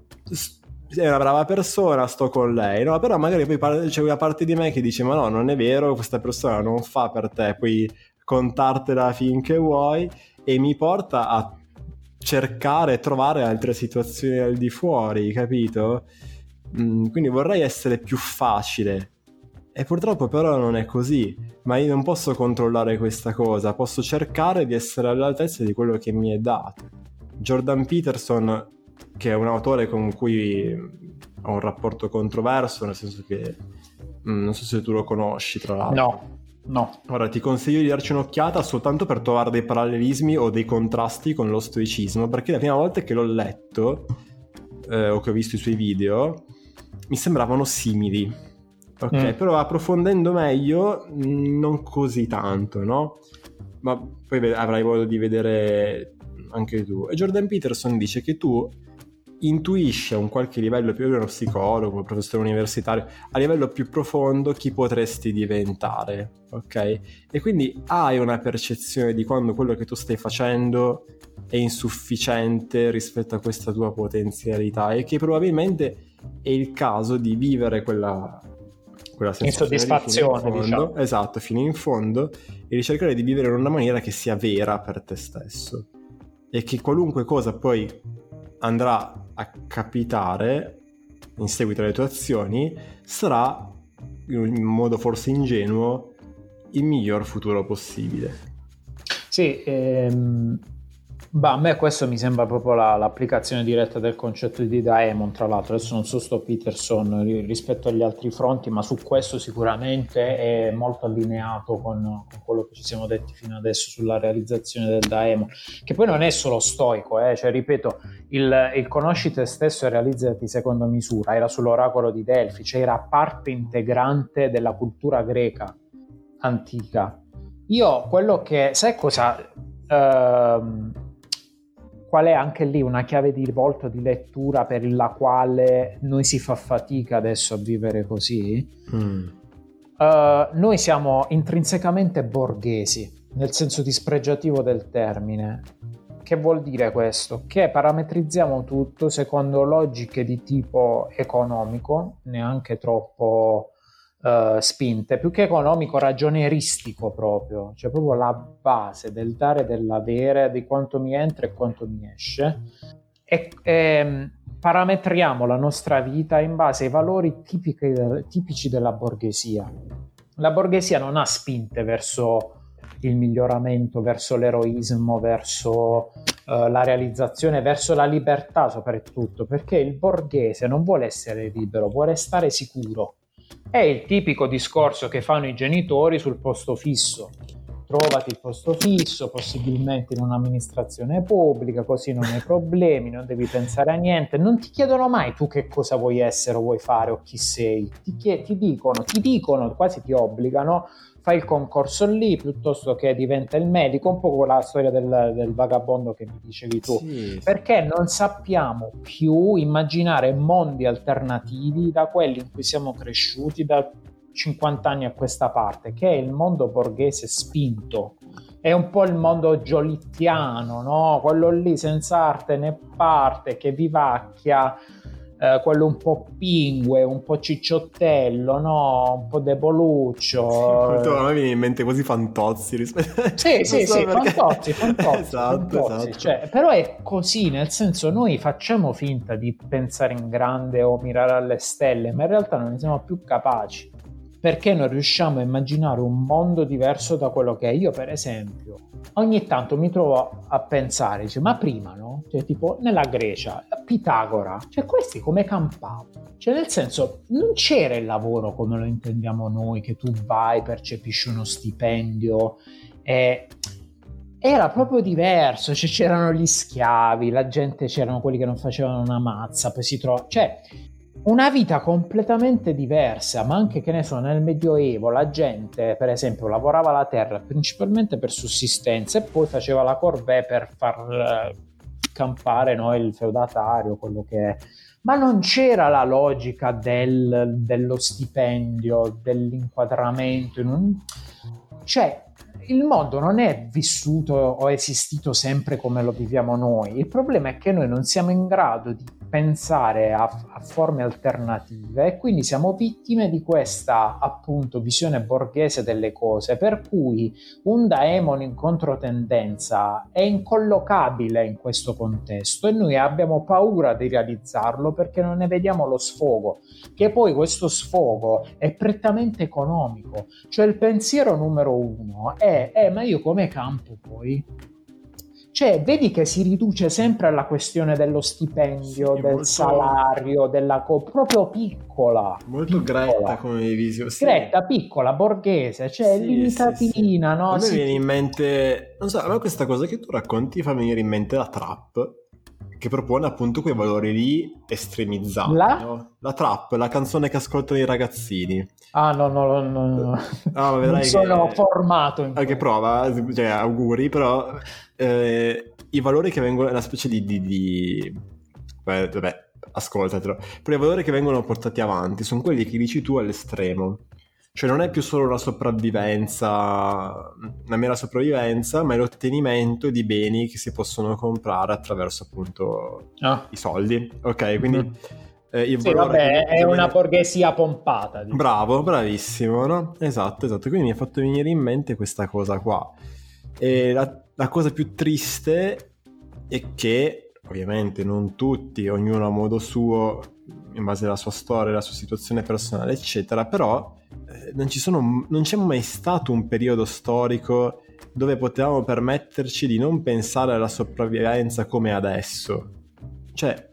è una brava persona, sto con lei, no? Però magari poi par- c'è una parte di me che dice ma no, non è vero, questa persona non fa per te, puoi contartela finché vuoi, e mi porta a cercare e trovare altre situazioni al di fuori, capito? Mm, quindi vorrei essere più facile e purtroppo però non è così, ma io non posso controllare questa cosa, posso cercare di essere all'altezza di quello che mi è dato. Jordan Peterson, che è un autore con cui ho un rapporto controverso, nel senso che mh, non so se tu lo conosci, tra l'altro. No, no. Ora ti consiglio di darci un'occhiata soltanto per trovare dei parallelismi o dei contrasti con lo stoicismo, perché la prima volta che l'ho letto eh, o che ho visto i suoi video mi sembravano simili, ok? Mm. Però approfondendo meglio non così tanto, no? Ma poi avrai modo di vedere anche tu. E Jordan Peterson dice che tu intuisci a un qualche livello più, uno psicologo, un professore universitario, a livello più profondo chi potresti diventare, ok? E quindi hai una percezione di quando quello che tu stai facendo è insufficiente rispetto a questa tua potenzialità e che probabilmente è il caso di vivere quella, quella sensazione insoddisfazione, fino in fondo, diciamo. Esatto, fino in fondo, e di cercare di vivere in una maniera che sia vera per te stesso e che qualunque cosa poi andrà a capitare in seguito alle tue azioni sarà, in modo forse ingenuo, il miglior futuro possibile. Sì, ehm, bah, a me questo mi sembra proprio la, l'applicazione diretta del concetto di Daemon. Tra l'altro adesso non so sto Peterson rispetto agli altri fronti, ma su questo sicuramente è molto allineato con, con quello che ci siamo detti fino adesso sulla realizzazione del Daemon, che poi non è solo stoico, eh? Cioè ripeto, il, il conosci te stesso e realizzati secondo misura era sull'oracolo di Delfi, cioè era parte integrante della cultura greca antica. Io quello che sai cosa ehm, qual è anche lì una chiave di volta di lettura per la quale noi si fa fatica adesso a vivere così? Mm. Uh, noi siamo intrinsecamente borghesi, nel senso dispregiativo del termine. Che vuol dire questo? Che parametrizziamo tutto secondo logiche di tipo economico, neanche troppo uh, spinte, più che economico, ragionieristico proprio, cioè proprio la base del dare e dell'avere, di quanto mi entra e quanto mi esce, e, e parametriamo la nostra vita in base ai valori tipici, tipici della borghesia. La borghesia non ha spinte verso il miglioramento, verso l'eroismo, verso uh, la realizzazione, verso la libertà soprattutto, perché il borghese non vuole essere libero, vuole stare sicuro. È il tipico discorso che fanno i genitori sul posto fisso. Trovati il posto fisso, possibilmente in un'amministrazione pubblica, così non hai problemi, non devi pensare a niente. Non ti chiedono mai tu che cosa vuoi essere o vuoi fare o chi sei. Ti, chied- ti dicono, ti dicono, quasi ti obbligano, fai il concorso lì piuttosto che diventa il medico, un po' la storia del, del vagabondo che mi dicevi tu. Sì. Perché non sappiamo più immaginare mondi alternativi da quelli in cui siamo cresciuti, da cinquanta anni a questa parte, che è il mondo borghese spinto, è un po' il mondo giolittiano, no? Quello lì senza arte né parte, che vivacchia, eh, quello un po' pingue, un po' cicciottello, no? Un po' deboluccio. Sì, a me viene in mente quasi Fantozzi rispetto a... Sì, sì, so sì, perché... Fantozzi, Fantozzi, esatto, Fantozzi. esatto. Cioè, però è così, nel senso noi facciamo finta di pensare in grande o mirare alle stelle, ma in realtà non ne siamo più capaci. Perché non riusciamo a immaginare un mondo diverso da quello che è. Io, per esempio, ogni tanto mi trovo a pensare, dice, ma prima, no? Cioè, tipo, nella Grecia, Pitagora, cioè, questi come campavano? Cioè, nel senso, non c'era il lavoro come lo intendiamo noi, che tu vai, percepisci uno stipendio, e... era proprio diverso, cioè, c'erano gli schiavi, la gente, c'erano quelli che non facevano una mazza, poi si trova... Cioè, una vita completamente diversa, ma anche, che ne so, nel Medioevo la gente, per esempio, lavorava la terra principalmente per sussistenza e poi faceva la corvée per far uh, campare, no, il feudatario, quello che è. Ma non c'era la logica del, dello stipendio, dell'inquadramento. In un... Cioè, il mondo non è vissuto o esistito sempre come lo viviamo noi. Il problema è che noi non siamo in grado di pensare a, a forme alternative e quindi siamo vittime di questa, appunto, visione borghese delle cose, per cui un daemon in controtendenza è incollocabile in questo contesto e noi abbiamo paura di realizzarlo perché non ne vediamo lo sfogo, che poi questo sfogo è prettamente economico. Cioè il pensiero numero uno è eh, ma io come campo poi? Cioè, vedi che si riduce sempre alla questione dello stipendio, sì, del molto, salario, della co- proprio piccola. Molto piccola. Gretta come visione. Sì. Gretta, piccola, borghese, cioè sì, limitatina, sì, sì. no? A me sì. viene in mente, non so, a me questa cosa che tu racconti fa venire in mente la trap, che propone appunto quei valori lì estremizzati. La? No? La trap, la canzone che ascoltano i ragazzini. Ah no, no, no, no. Ah, ma vedrai non sono che... formato in ah, che prova, cioè auguri, però eh, i valori che vengono, una specie di... di, di... Beh, vabbè, ascoltatelo, però i valori che vengono portati avanti sono quelli che dici tu all'estremo. Cioè non è più solo una sopravvivenza, una mera sopravvivenza, ma è l'ottenimento di beni che si possono comprare attraverso appunto ah. i soldi. Ok, quindi... Mm. Eh, il sì, vabbè, è una viene... borghesia pompata. Diciamo. Bravo, bravissimo, no? Esatto, esatto. Quindi mi ha fatto venire in mente questa cosa qua. E la, la cosa più triste è che, ovviamente, non tutti, ognuno a modo suo, in base alla sua storia, alla sua situazione personale, eccetera, però eh, non ci sono, non c'è mai stato un periodo storico dove potevamo permetterci di non pensare alla sopravvivenza come adesso. Cioè,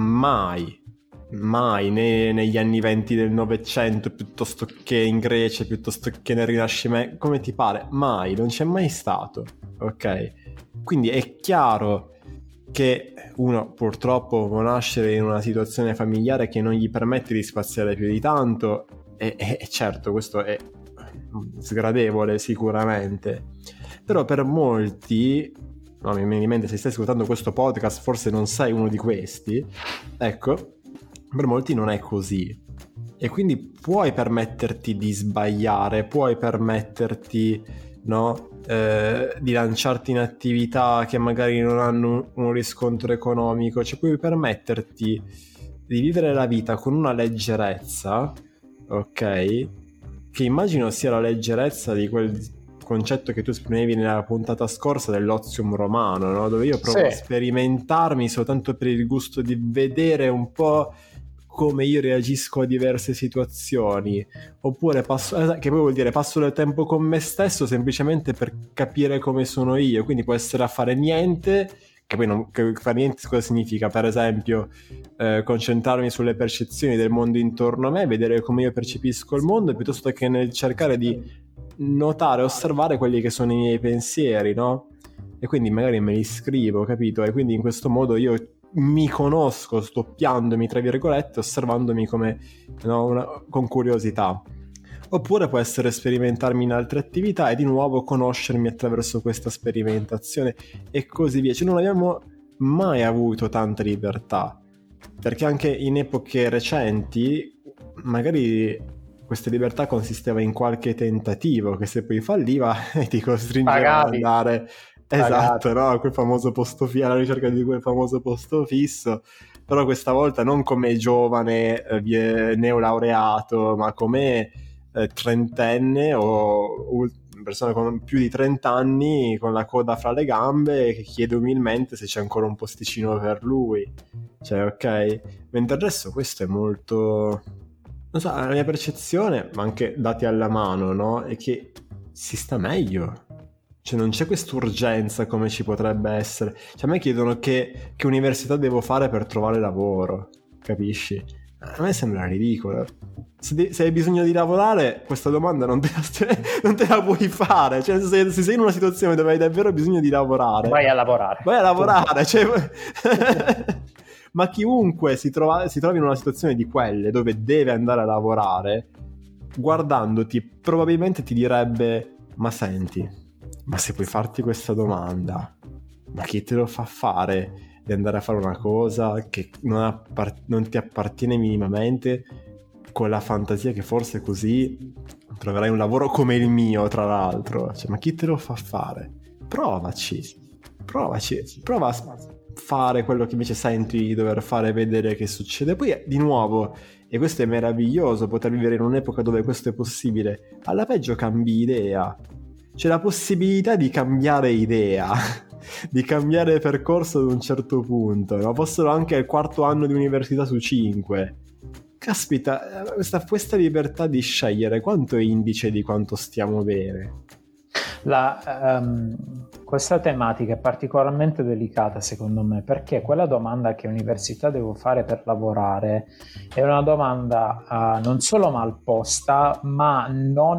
mai. Mai, né negli anni venti del Novecento, piuttosto che in Grecia, piuttosto che nel Rinascimento, come ti pare, mai, non c'è mai stato, ok? Quindi è chiaro che uno purtroppo può nascere in una situazione familiare che non gli permette di spaziare più di tanto, e, e, e certo questo è sgradevole sicuramente, però per molti, no, mi viene in mente, se stai ascoltando questo podcast forse non sei uno di questi, ecco, per molti non è così e quindi puoi permetterti di sbagliare, puoi permetterti, no, eh, di lanciarti in attività che magari non hanno un riscontro economico, cioè puoi permetterti di vivere la vita con una leggerezza, ok, che immagino sia la leggerezza di quel concetto che tu esprimevi nella puntata scorsa dell'ozium romano, no? Dove io provo sì. a sperimentarmi soltanto per il gusto di vedere un po' come io reagisco a diverse situazioni, oppure passo, che poi vuol dire passo del tempo con me stesso semplicemente per capire come sono io, quindi può essere a fare niente, che poi non, che fare niente cosa significa, per esempio eh, concentrarmi sulle percezioni del mondo intorno a me, vedere come io percepisco il mondo, piuttosto che nel cercare di notare, osservare quelli che sono i miei pensieri, no? E quindi magari me li scrivo, capito? E quindi in questo modo io mi conosco stoppiandomi tra virgolette, osservandomi come, no, una, con curiosità. Oppure può essere sperimentarmi in altre attività e di nuovo conoscermi attraverso questa sperimentazione e così via. Cioè non abbiamo mai avuto tanta libertà, perché anche in epoche recenti magari questa libertà consisteva in qualche tentativo che se poi falliva ti costringeva Pagavi. ad andare esatto, no? Quel famoso posto fisso, alla ricerca di quel famoso posto fisso, però questa volta non come giovane eh, neolaureato, ma come eh, trentenne o uh, persona con più di trenta anni con la coda fra le gambe che chiede umilmente se c'è ancora un posticino per lui, cioè ok, mentre adesso questo è molto, non so, la mia percezione, ma anche dati alla mano, no? È che si sta meglio. Cioè non c'è quest'urgenza come ci potrebbe essere. Cioè a me chiedono che, che università devo fare per trovare lavoro, capisci? A me sembra ridicolo. Se, de- se hai bisogno di lavorare, questa domanda non te la, non te la puoi fare. Cioè se, se sei in una situazione dove hai davvero bisogno di lavorare, vai a lavorare. Vai a lavorare, cioè... ma chiunque si, trova, si trovi in una situazione di quelle dove deve andare a lavorare, guardandoti probabilmente ti direbbe: ma senti, ma se puoi farti questa domanda, ma chi te lo fa fare di andare a fare una cosa che non, appart- non ti appartiene minimamente, con la fantasia che forse così troverai un lavoro come il mio, tra l'altro? Cioè, ma chi te lo fa fare? Provaci, provaci, prova a fare quello che invece senti di dover fare e vedere che succede. Poi, di nuovo, e questo è meraviglioso, poter vivere in un'epoca dove questo è possibile, alla peggio cambi idea. C'è la possibilità di cambiare idea, di cambiare percorso ad un certo punto, no? Fossero anche il quarto anno di università su cinque. Caspita, questa, questa libertà di scegliere quanto è indice di quanto stiamo bene. La, um, questa tematica è particolarmente delicata secondo me, perché quella domanda che università devo fare per lavorare è una domanda uh, non solo mal posta, ma non,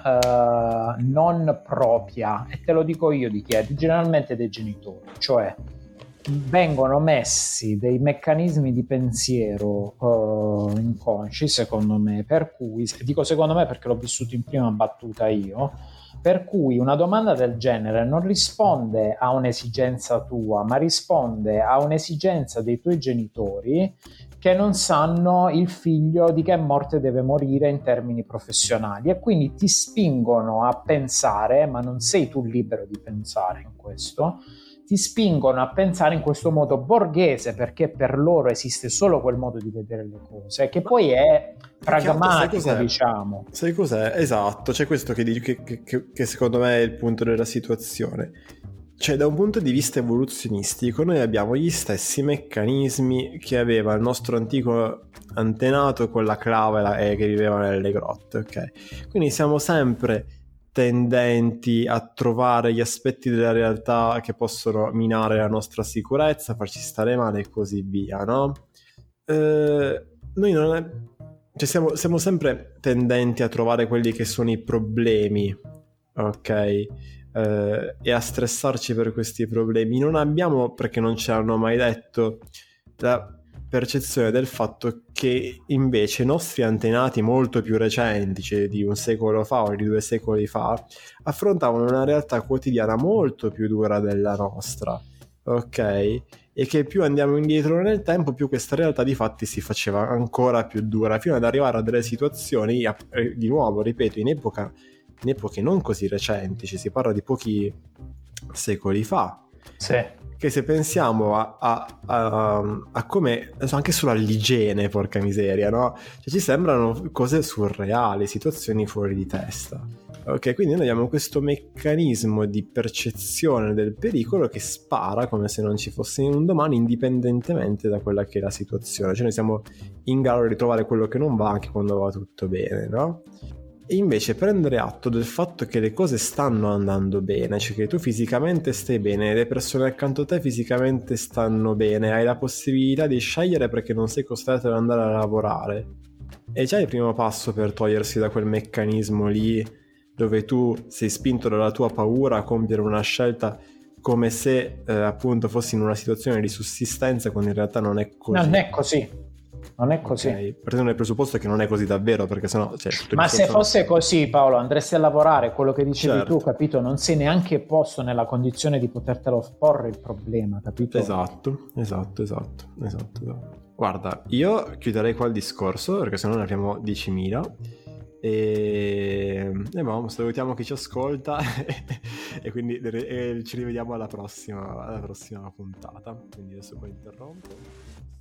uh, non propria, e te lo dico io di chi è, generalmente dei genitori, cioè vengono messi dei meccanismi di pensiero uh, inconsci, secondo me, per cui, dico secondo me perché l'ho vissuto in prima battuta io, per cui una domanda del genere non risponde a un'esigenza tua, ma risponde a un'esigenza dei tuoi genitori, che non sanno il figlio di che morte deve morire in termini professionali, e quindi ti spingono a pensare, ma non sei tu libero di pensare in questo, ti spingono a pensare in questo modo borghese, perché per loro esiste solo quel modo di vedere le cose, che poi è pragmatico, sai diciamo. Sai cos'è? Esatto, c'è questo che, che, che, che secondo me è il punto della situazione. Cioè, da un punto di vista evoluzionistico, noi abbiamo gli stessi meccanismi che aveva il nostro antico antenato con la clava e che viveva nelle grotte, ok? Quindi siamo sempre tendenti a trovare gli aspetti della realtà che possono minare la nostra sicurezza, farci stare male e così via, no? Eh, noi non è... cioè siamo, siamo sempre tendenti a trovare quelli che sono i problemi, ok? Eh, e a stressarci per questi problemi. Non abbiamo, perché non ce l'hanno mai detto, la percezione del fatto che invece i nostri antenati molto più recenti, cioè di un secolo fa o di due secoli fa, affrontavano una realtà quotidiana molto più dura della nostra, ok? E che più andiamo indietro nel tempo, più questa realtà di fatti si faceva ancora più dura, fino ad arrivare a delle situazioni, eh, di nuovo, ripeto, in epoca in epoche non così recenti, ci si parla di pochi secoli fa. Sì. Che se pensiamo a, a, a, a come, anche solo all'igiene, porca miseria, no? Cioè, ci sembrano cose surreali, situazioni fuori di testa. Ok, quindi noi abbiamo questo meccanismo di percezione del pericolo che spara come se non ci fosse un domani, indipendentemente da quella che è la situazione. Cioè noi siamo in grado di trovare quello che non va anche quando va tutto bene, no? E invece prendere atto del fatto che le cose stanno andando bene, cioè che tu fisicamente stai bene, le persone accanto a te fisicamente stanno bene, hai la possibilità di scegliere perché non sei costretto ad andare a lavorare. E già il primo passo per togliersi da quel meccanismo lì, dove tu sei spinto dalla tua paura a compiere una scelta come se eh, appunto fossi in una situazione di sussistenza, quando in realtà non è così. Non è così. Non è così. Okay. Partendo dal presupposto che non è così davvero, perché sennò... Cioè, ma se fosse così, Paolo, andresti a lavorare, quello che dicevi certo. tu, capito? Non sei neanche posto nella condizione di potertelo porre il problema, capito? Esatto, esatto, esatto, esatto, esatto. Guarda, io chiuderei qua il discorso, perché sennò ne abbiamo diecimila. E, e boh, salutiamo chi ci ascolta e quindi e ci rivediamo alla prossima, alla prossima puntata. Quindi adesso poi interrompo.